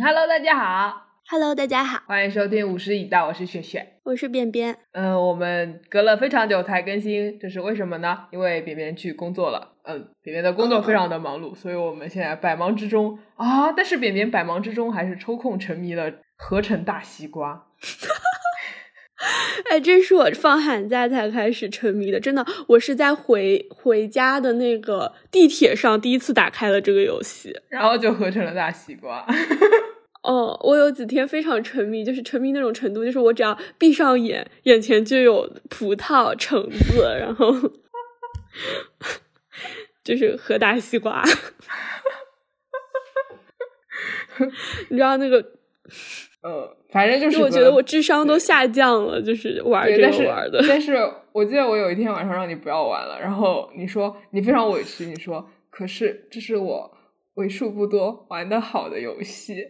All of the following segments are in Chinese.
Hello， 大家好。 Hello， 大家好， 欢迎收听50已到，我是雪雪， 我是便便。 我们隔了非常久才更新，这是为什么呢？因为便便去工作了。便便的工作非常的忙碌，所以我们现在百忙之中啊，但是便便百忙之中还是抽空沉迷了合成大西瓜。 哎，这是我放寒假才开始沉迷的，真的，我是在回家的那个地铁上第一次打开了这个游戏， 然后就合成了大西瓜。 我有几天非常沉迷，就是沉迷那种程度，就是我只要闭上眼，眼前就有葡萄、橙子，然后就是喝大西瓜。你知道那个反正就是我觉得我智商都下降了，就是玩这个玩的。 但是我记得我有一天晚上让你不要玩了，然后你说你非常委屈，你说可是这是我为数不多玩的好的游戏。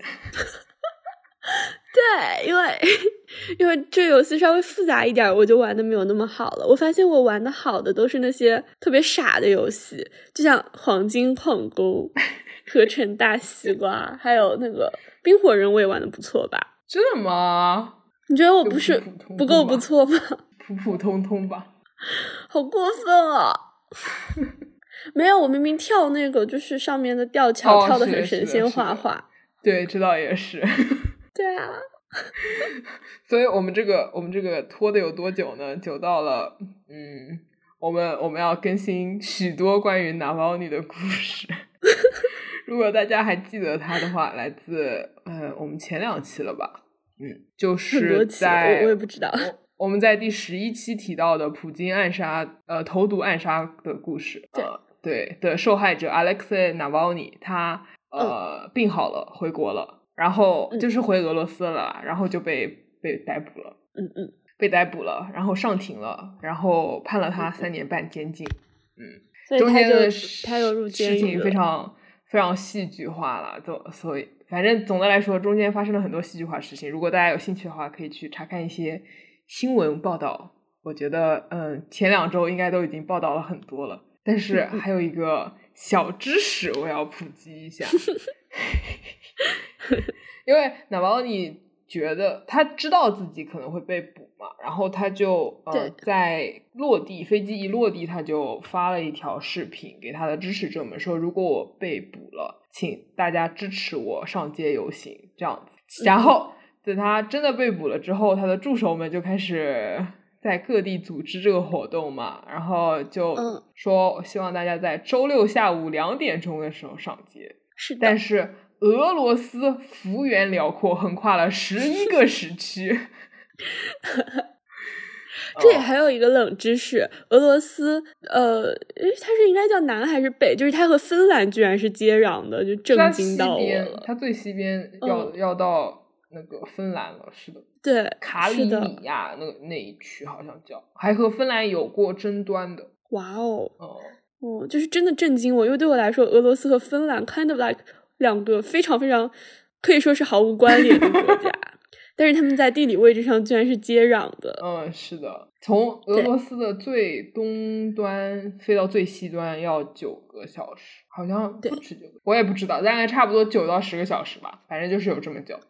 对，因为这游戏稍微复杂一点，我就玩的没有那么好了。我发现我玩的好的都是那些特别傻的游戏，就像黄金矿工、合成大西瓜，还有那个冰火人，我也玩的不错吧？ 真的吗？ 你觉得我不是不够不错吗？ 普普通通吧。 好过分啊！没有，我明明跳那个就是上面的吊桥，跳的很神仙画画。 对，这倒也是。 对啊。 所以我们这个拖的有多久呢？久到了我们要更新许多关于纳瓦尼的故事。如果大家还记得他的话，来自我们前2期了吧？就是在我也不知道。 我们在第11期提到的普京暗杀投毒暗杀的故事。对的，受害者 Alexei Navalny 他病好了，回国了，然后就是回俄罗斯了，然后就被逮捕了。被逮捕了，然后上庭了，然后判了他3年半监禁。中间的他又入监狱了， 事情非常非常戏剧化了，所以反正总的来说，中间发生了很多戏剧化事情。如果大家有兴趣的话，可以去查看一些新闻报道。我觉得前2周应该都已经报道了很多了，但是还有一个小知识我要普及一下。因为纳瓦尼觉得他知道自己可能会被捕嘛，然后他就在飞机一落地，他就发了一条视频给他的支持者们说，如果我被捕了，请大家支持我上街游行这样子。然后等他真的被捕了之后，他的助手们就开始在各地组织这个活动嘛，然后就说希望大家在周6下午2点钟的时候上街。 是的， 但是俄罗斯幅员辽阔，横跨了11个时区。 这也还有一个冷知识，俄罗斯它是应该叫南还是北，就是它和芬兰居然是接壤的，就震惊到我了。 它最西边要到那个芬兰了。是的， 对， 卡里米亚那一区好像叫，还和芬兰有过争端的。 哇哦。就是真的震惊我，因为对我来说，俄罗斯和芬兰 kind of like 2个非常非常可以说是毫无关联的国家。但是他们在地理位置上居然是接壤的。 是的，从俄罗斯的最东端飞到最西端要9个小时，好像不止9个，我也不知道，大概差不多9到10个小时吧，反正就是有这么久。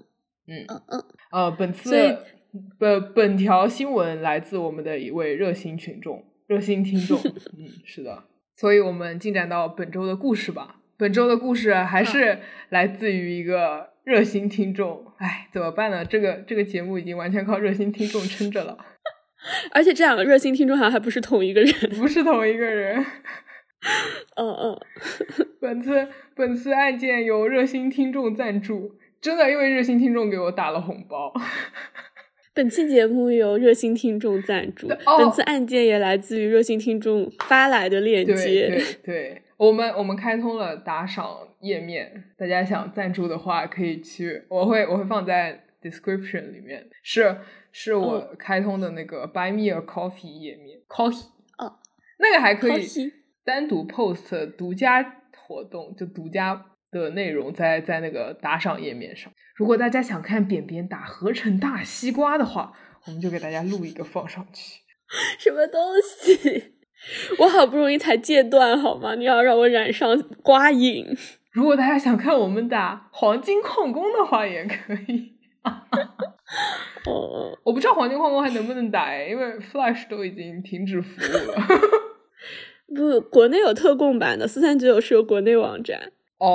本条新闻来自我们的一位热心听众。是的，所以我们进展到本周的故事吧。本周的故事还是来自于一个热心听众。怎么办呢？这个节目已经完全靠热心听众撑着了。 而且这2个热心听众好像还不是同一个人。 不是同一个人。本次案件由热心听众赞助，真的因为热心听众给我打了红包。 本期节目由热心听众赞助，本次案件也来自于热心听众发来的链接。 对，我们开通了打赏页面，大家想赞助的话可以去，我会放在 description 里面，是我开通的那个 Buy Me a Coffee 页面。Coffee 那个还可以单独 post 独家活动，就独家的内容在那个打赏页面上。如果大家想看便便打合成大西瓜的话，我们就给大家录一个放上去。 什么东西？我好不容易才戒断好吗？你要让我染上瓜瘾。 如果大家想看我们打黄金矿工的话也可以。我不知道黄金矿工还能不能打因为 Flash 都已经停止服务了。 不，国内有特供版的4399是有国内网站。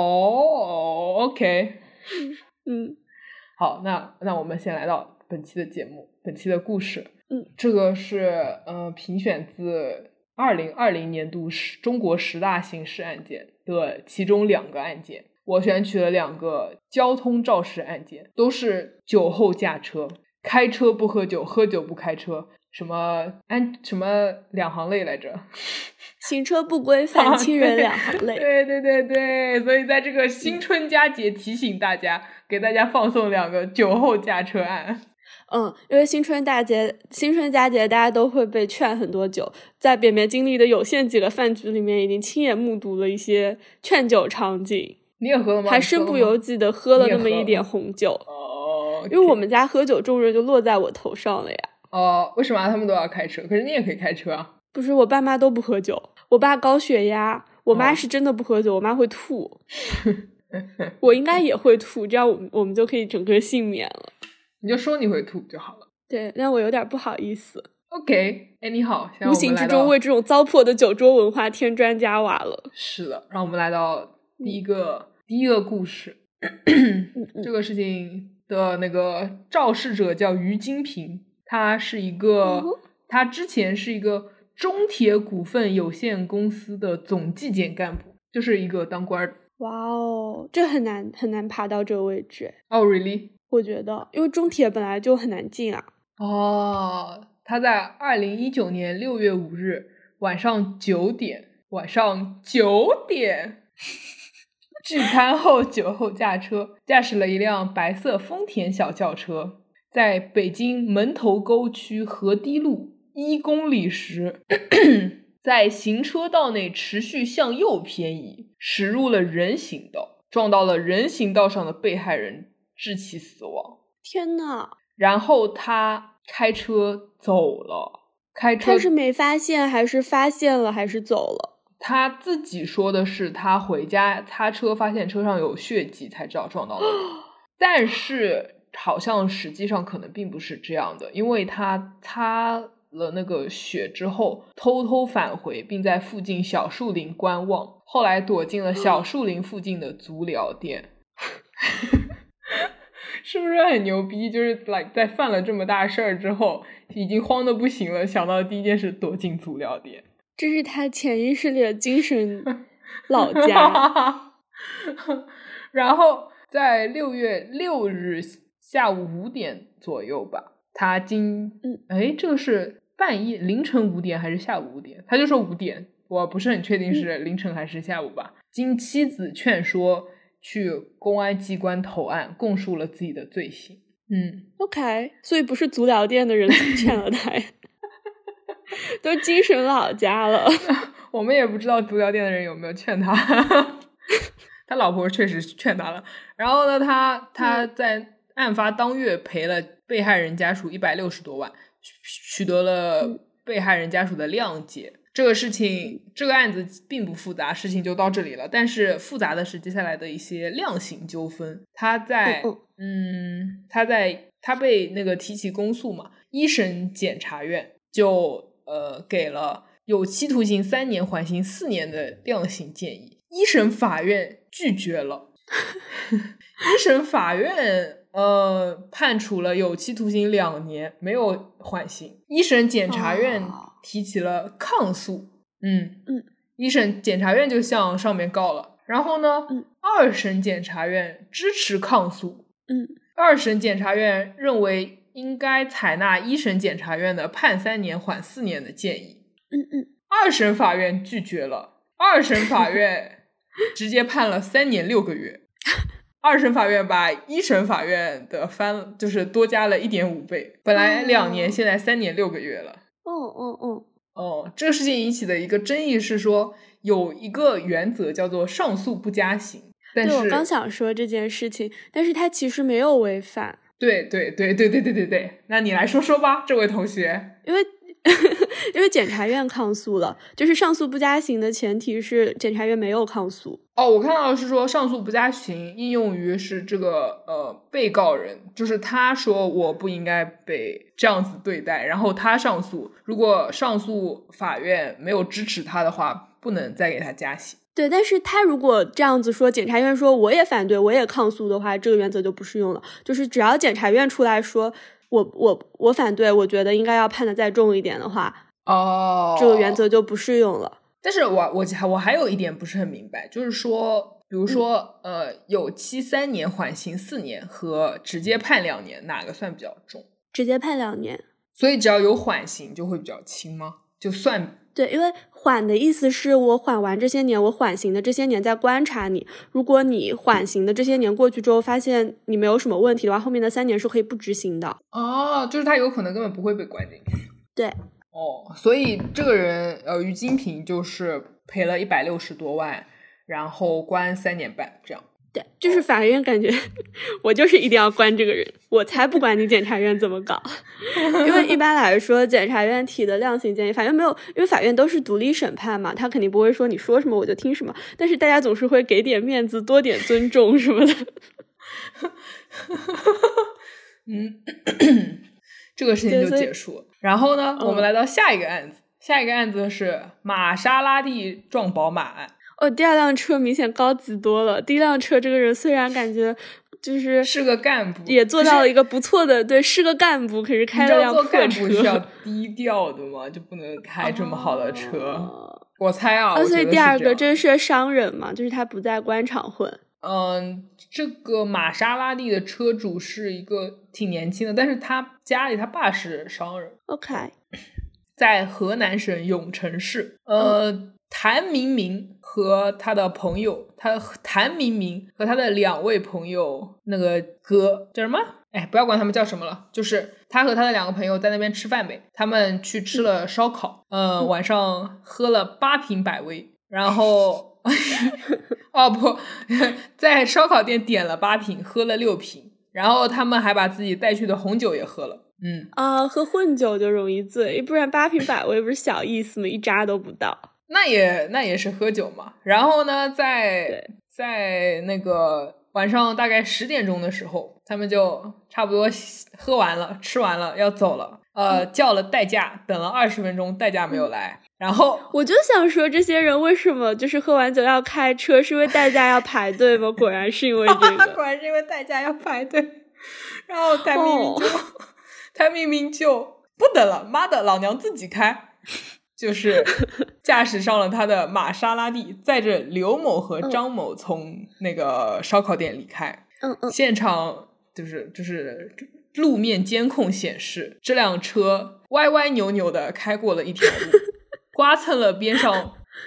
OK。好，那我们先来到本期的节目，本期的故事。这个是评选自2020年度中国10大刑事案件的其中2个案件，我选取了2个交通肇事案件，都是酒后驾车，开车不喝酒，喝酒不开车，什么两行泪来着？ 行车不规范，亲人两行泪。 对，所以在这个新春佳节提醒大家，给大家放送2个酒后驾车案。 因为新春佳节大家都会被劝很多酒，在扁扁经历的有限几个饭局里面，已经亲眼目睹了一些劝酒场景。 你也喝了吗？ 还身不由己的喝了那么一点红酒。因为我们家喝酒重任就落在我头上了呀。 为什么他们都要开车？可是你也可以开车啊。 不是，我爸妈都不喝酒，我爸高血压，我妈是真的不喝酒，我妈会吐。我应该也会吐，这样我们就可以整个幸免了。 你就说你会吐就好了。对， 但我有点不好意思。 OK， 你好， 无形之中为这种糟粕的酒桌文化添砖加瓦了。 是的，让我们来到第一个故事。这个事情的那个肇事者叫于金平，他之前是一个中铁股份有限公司的总纪检干部，就是一个当官的。 哇哦，这很难爬到这个位置。 really？ 我觉得，因为中铁本来就很难进啊。 他在2019年6月5日晚上9点聚餐后酒后驾车，驾驶了一辆白色丰田小轿车，在北京门头沟区河堤路1公里时在行车道内持续向右偏移，驶入了人行道，撞到了人行道上的被害人，致其死亡。 天哪！然后他开车走了。 他是没发现还是发现了还是走了？ 他自己说的是他回家擦车发现车上有血迹才知道撞到了人。但是好像实际上可能并不是这样的，因为他擦了那个血之后偷偷返回，并在附近小树林观望，后来躲进了小树林附近的足疗店。是不是很牛逼？就是在犯了这么大事儿之后已经慌得不行了，想到的第一件事躲进足疗店。 这是他潜意识里的精神老家。 然后在6月6日下午5点左右吧，他这个是半夜凌晨5点还是下午5点？他就说5点，我不是很确定是凌晨还是下午吧。经妻子劝说，去公安机关投案，供述了自己的罪行。 OK， 所以不是足疗店的人劝了他。都精神老家了。 我们也不知道足疗店的人有没有劝他。他老婆确实劝他了。然后呢，他在案发当月赔了被害人家属160多万，取得了被害人家属的谅解。这个案子并不复杂，事情就到这里了。但是复杂的是接下来的一些量刑纠纷。他被那个提起公诉嘛，一审检察院就给了有期徒刑3年，缓刑4年的量刑建议。一审法院拒绝了。一审法院判处了有期徒刑2年，没有缓刑。一审检察院提起了抗诉。一审检察院就向上面告了。然后呢，二审检察院支持抗诉。二审检察院认为应该采纳一审检察院的判3年缓4年的建议。二审法院拒绝了。二审法院直接判了3年6个月。二审法院把一审法院的就是多加了 1.5 倍，本来2年，现在3年6个月了。这个事情引起的一个争议是说，有一个原则叫做上诉不加刑。但是对，我刚想说这件事情，但是他其实没有违反。 对，那你来说说吧，这位同学。 因为因为检察院抗诉了，就是上诉不加刑的前提是检察院没有抗诉。 哦，我看到的是说上诉不加刑应用于是这个被告人，就是他说我不应该被这样子对待，然后他上诉，如果上诉法院没有支持他的话，不能再给他加刑。 对，但是他如果这样子说，检察院说我也反对，我也抗诉的话，这个原则就不适用了。就是只要检察院出来说我反对，我觉得应该要判的再重一点的话，这个原则就不适用了。 但是我还有一点不是很明白，就是说比如说有期3年缓刑4年和直接判2年，哪个算比较重？ 直接判2年。 所以只要有缓刑就会比较轻吗？就算对，因为缓的意思是我缓完这些年，我缓刑的这些年在观察你，如果你缓刑的这些年过去之后发现你没有什么问题的话，后面的3年是可以不执行的。 哦，就是他有可能根本不会被关进去。 对。 哦，所以这个人于金平就是赔了160多万，然后关3年半这样。 对，就是法院感觉我就是一定要关这个人，我才不管你检察院怎么搞。因为一般来说检察院提的量刑建议，法院没有，因为法院都是独立审判嘛，他肯定不会说你说什么我就听什么，但是大家总是会给点面子，多点尊重什么的。 这个事情就结束了。然后呢，我们来到下一个案子，下一个案子是玛莎拉蒂撞宝马案。 第2辆车明显高级多了。第1辆车这个人虽然感觉是个干部， 也做到了一个不错的，对，是个干部，可是开了辆破车。 做干部是要低调的嘛，就不能开这么好的车。我猜啊， 所以第2个真是商人嘛，就是他不在官场混。 这个玛莎拉蒂的车主是一个挺年轻的，但是他家里他爸是商人。 OK， 在河南省永城市。谭明明和他的朋友，谭明明和他的2位朋友，那个哥叫什么？哎，不要管他们叫什么了，就是他和他的2个朋友在那边吃饭呗。他们去吃了烧烤，晚上喝了8瓶百威，然后哦不，在烧烤店点了8瓶，喝了6瓶，然后他们还把自己带去的红酒也喝了。 喝混酒就容易醉，不然8瓶百威不是小意思吗？一扎都不到。 那也是喝酒嘛。然后呢，在那个晚上大概10点钟的时候，他们就差不多喝完了吃完了要走了，叫了代驾，等了20分钟，代驾没有来。然后我就想说，这些人为什么就是喝完酒要开车？是因为代驾要排队吗？果然是因为这个。 果然是因为代驾要排队。然后谭明明就不等了，妈的，老娘自己开。就是驾驶上了他的玛莎拉蒂，载着刘某和张某从那个烧烤店离开。现场就是路面监控显示，这辆车歪歪扭扭的开过了一条路，刮蹭了边上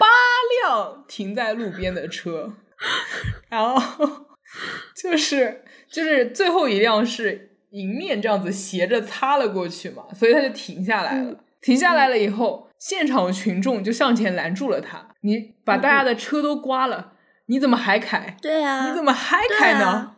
8辆停在路边的车，然后就是最后一辆是迎面这样子斜着擦了过去嘛，所以他就停下来了。停下来了以后，现场群众就向前拦住了他。你把大家的车都刮了，你怎么还开？ 对啊， 你怎么还开呢？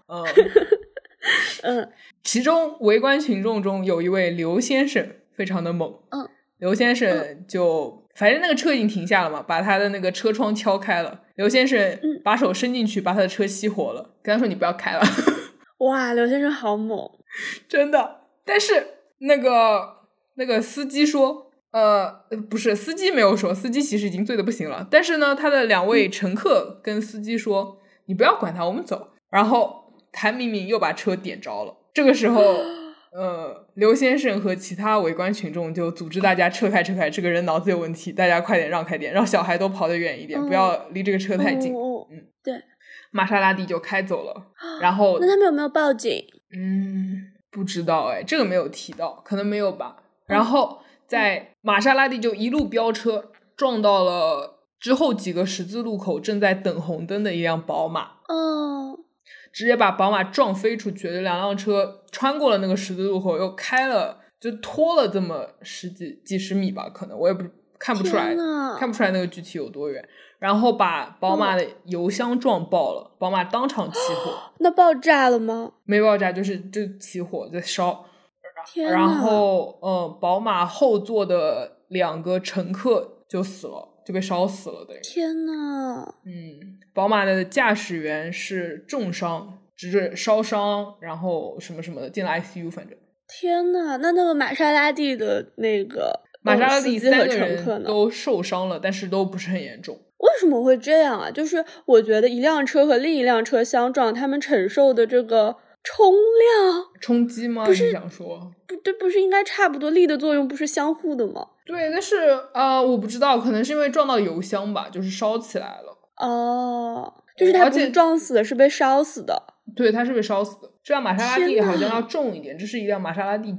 其中围观群众中有一位刘先生非常的猛。刘先生就反正那个车已经停下了嘛，把他的那个车窗敲开了。刘先生把手伸进去，把他的车熄火了，跟他说你不要开了。 哇，刘先生好猛， 真的。但是那个司机说不是，司机没有说，司机其实已经醉得不行了。但是呢，他的2位乘客跟司机说你不要管他，我们走。然后谭明明又把车点着了。这个时候刘先生和其他围观群众就组织大家撤开，这个人脑子有问题，大家快点让开点，让小孩都跑得远一点，不要离这个车太近。 对， 玛莎拉蒂就开走了。然后那他们有没有报警？ 不知道哎，这个没有提到，可能没有吧。然后在玛莎拉蒂就一路飙车，撞到了之后几个十字路口正在等红灯的一辆宝马。直接把宝马撞飞出去。这2辆车穿过了那个十字路口，又开了，就拖了这么几十米吧，可能我也看不出来那个具体有多远。然后把宝马的油箱撞爆了，宝马当场起火。 那爆炸了吗？ 没爆炸，就起火在烧。 然后宝马后座的2个乘客就死了，就被烧死了。对， 天呐， 宝马的驾驶员是重伤，只是烧伤，然后什么什么的进了 ICU， 反正。 天呐，那个玛莎拉蒂的那个玛莎拉蒂3个人都受伤了，但是都不是很严重。 为什么会这样啊？就是我觉得一辆车和另一辆车相撞，他们承受的这个冲击吗？ 不是你想说不是应该差不多，力的作用不是相互的吗？ 对，但是我不知道，可能是因为撞到油箱吧，就是烧起来了。 就是他不是撞死的，是被烧死的。 对，他是被烧死的。这辆玛莎拉蒂好像要重一点，这是一辆玛莎拉蒂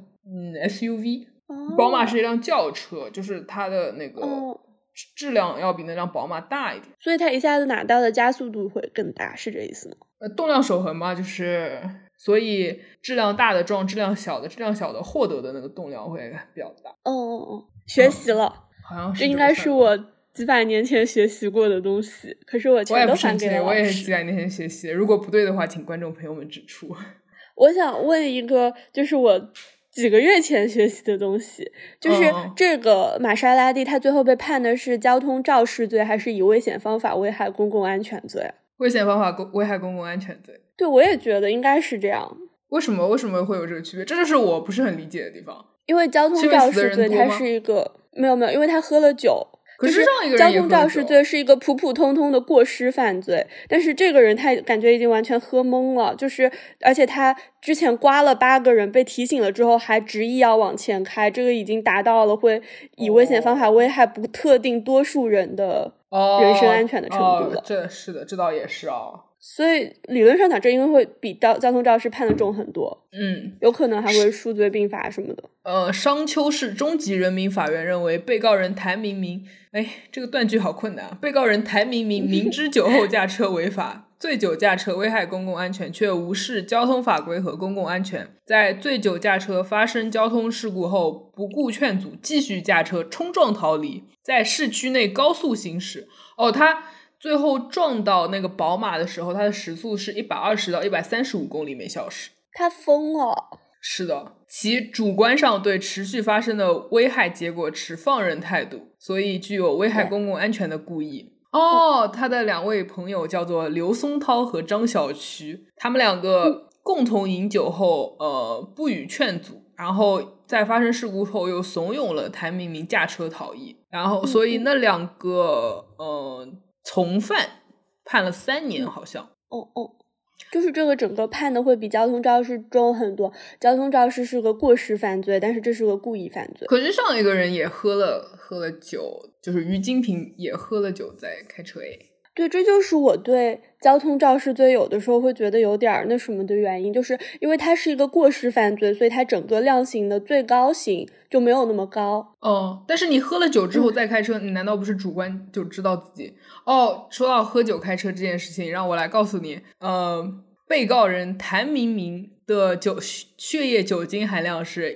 SUV。宝马是一辆轿车，就是它的那个质量要比那辆宝马大一点， 所以它一下子拿到的加速度会更大，是这意思吗？ 动量守恒嘛，就是所以质量大的撞质量小的，质量小的获得的那个动量会比较大。 学习了， 好像是这应该是我几百年前学习过的东西，可是我全都还给了老师。 我也是几百年前学习的，如果不对的话，请观众朋友们指出。 我想问一个，就是我几个月前学习的东西，就是这个玛莎拉蒂，它最后被判的是交通肇事罪，还是以危险方法危害公共安全罪？ 危险方法危害公共安全罪。 对，我也觉得应该是这样。 为什么会有这个区别？这就是我不是很理解的地方。 因为交通肇事罪它是一个没有，因为他喝了酒。 可是上一个人交通肇事罪是一个普普通通的过失犯罪，但是这个人他感觉已经完全喝懵了，就是而且他之前刮了8个人，被提醒了之后还执意要往前开，这个已经达到了会以危险方法危害不特定多数人的人身安全的程度了。 这是的，这倒也是啊。 所以理论上讲，这应该会比交通肇事判的重很多。有可能还会数罪并罚什么的。 商丘市中级人民法院认为，被告人谭明明，这个断句好困难。被告人谭明明明知酒后驾车违法，醉酒驾车危害公共安全，却无视交通法规和公共安全，在醉酒驾车发生交通事故后，不顾劝阻，继续驾车冲撞逃离，在市区内高速行驶。他最后撞到那个宝马的时候，他的时速是120到135公里每小时。 他疯了。是的，其主观上对持续发生的危害结果持放任态度，所以具有危害公共安全的故意。他的2位朋友叫做刘松涛和张小渠，他们2个共同饮酒后不予劝阻，然后在发生事故后又怂恿了谭明明驾车逃逸，然后所以那2个从犯判了3年好像。 就是这个整个判的会比交通肇事重很多。交通肇事是个过失犯罪，但是这是个故意犯罪。 可是上一个人也喝了酒，就是于金平也喝了酒在开车。 对，这就是我对交通肇事罪有的时候会觉得有点那什么的原因，就是因为它是一个过失犯罪，所以它整个量刑的最高刑就没有那么高。 但是你喝了酒之后再开车，你难道不是主观就知道自己？说到喝酒开车这件事情，让我来告诉你，被告人谭明明的血液酒精含量是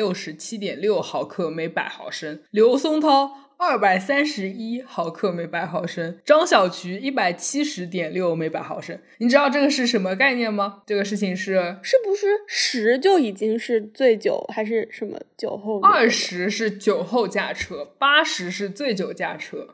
167.6 毫克每百毫升，刘松涛231毫克每百毫升，张小渠 170.6 每百毫升。你知道这个是什么概念吗？这个事情是不是10就已经是醉酒还是什么酒后 ？20是酒后驾车，80是醉酒驾车。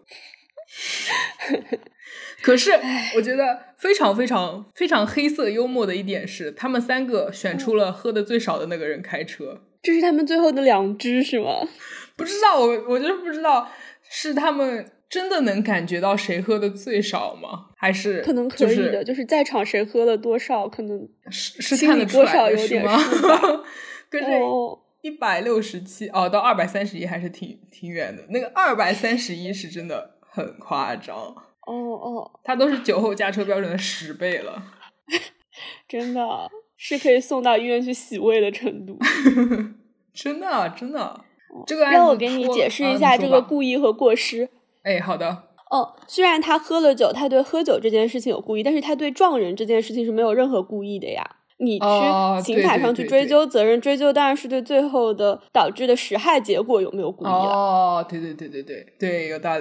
可是我觉得非常非常非常黑色幽默的一点是，他们3个选出了喝的最少的那个人开车。 这是他们最后的良知是吗？ 不知道，我就是不知道是他们真的能感觉到谁喝的最少吗？还是可能可以的，就是在场谁喝了多少，可能是看得出来的， 多少有点数吧。 可是167到231还是挺远的，那个231是真的很夸张。它都是酒后驾车标准的10倍了。 真的是可以送到医院去洗胃的程度。 真的这个案子让我给你解释一下这个故意和过失。 好的。 虽然他喝了酒，他对喝酒这件事情有故意，但是他对撞人这件事情是没有任何故意的呀。你去刑法上去追究责任，追究当然是对最后的导致的实害结果有没有故意了。 对，有道理。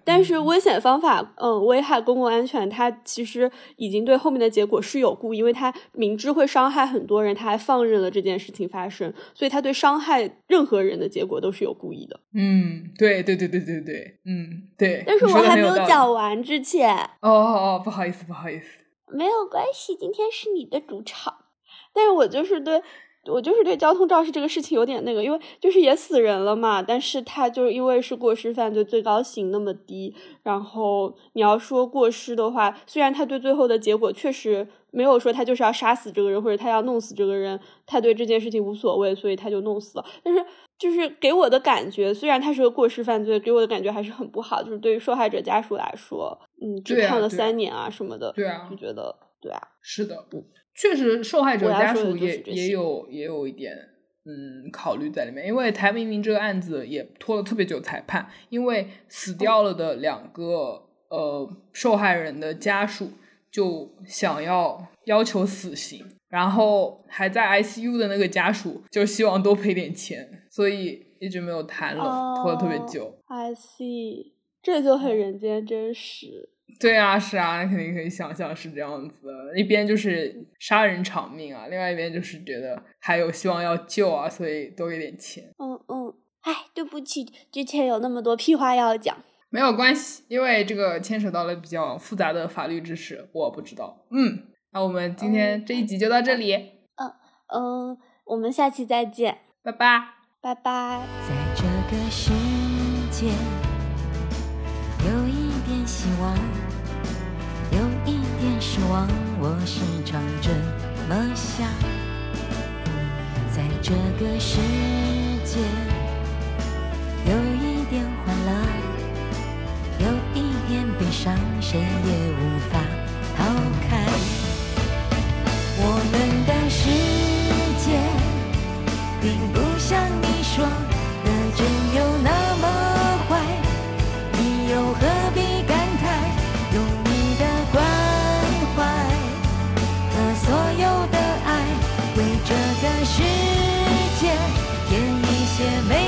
但是危险方法危害公共安全，他其实已经对后面的结果是有故意，因为他明知会伤害很多人，他还放任了这件事情发生，所以他对伤害任何人的结果都是有故意的。 对，对。 但是我还没有讲完之前。 不好意思， 没有关系，今天是你的主场。但是我就是对交通肇事这个事情有点那个，因为就是也死人了嘛，但是他就因为是过失犯罪，最高刑那么低，然后你要说过失的话，虽然他对最后的结果确实没有说他就是要杀死这个人或者他要弄死这个人，他对这件事情无所谓，所以他就弄死了，但是就是给我的感觉，虽然他是个过失犯罪，给我的感觉还是很不好，就是对于受害者家属来说，只判了3年啊什么的， 对啊， 就觉得对啊， 是的，确实受害者家属也有一点考虑在里面，因为台明明这个案子也拖了特别久才判，因为死掉了的2个受害人的家属就想要求死刑，然后还在 ICU 的那个家属就希望多赔点钱，所以一直没有谈了，拖了特别久。 I see， 这就很人间真实。 对啊，是啊，那肯定可以想象是这样子的，一边就是杀人偿命啊，另外一边就是觉得还有希望要救啊，所以多给点钱。 对不起，之前有那么多屁话要讲。 没有关系，因为这个牵扯到了比较复杂的法律知识，我不知道。那我们今天这一集就到这里。 我们下期再见， 拜拜， 拜拜。 在这个世界，有一点希望，有一点失望，我时常这么想。在这个世界，有一点欢乐，有一点悲伤，谁也无法逃开。我们的世界并不像你说的真有那么坏，你又何必感慨，用你的关怀和所有的爱，为这个世界添一些美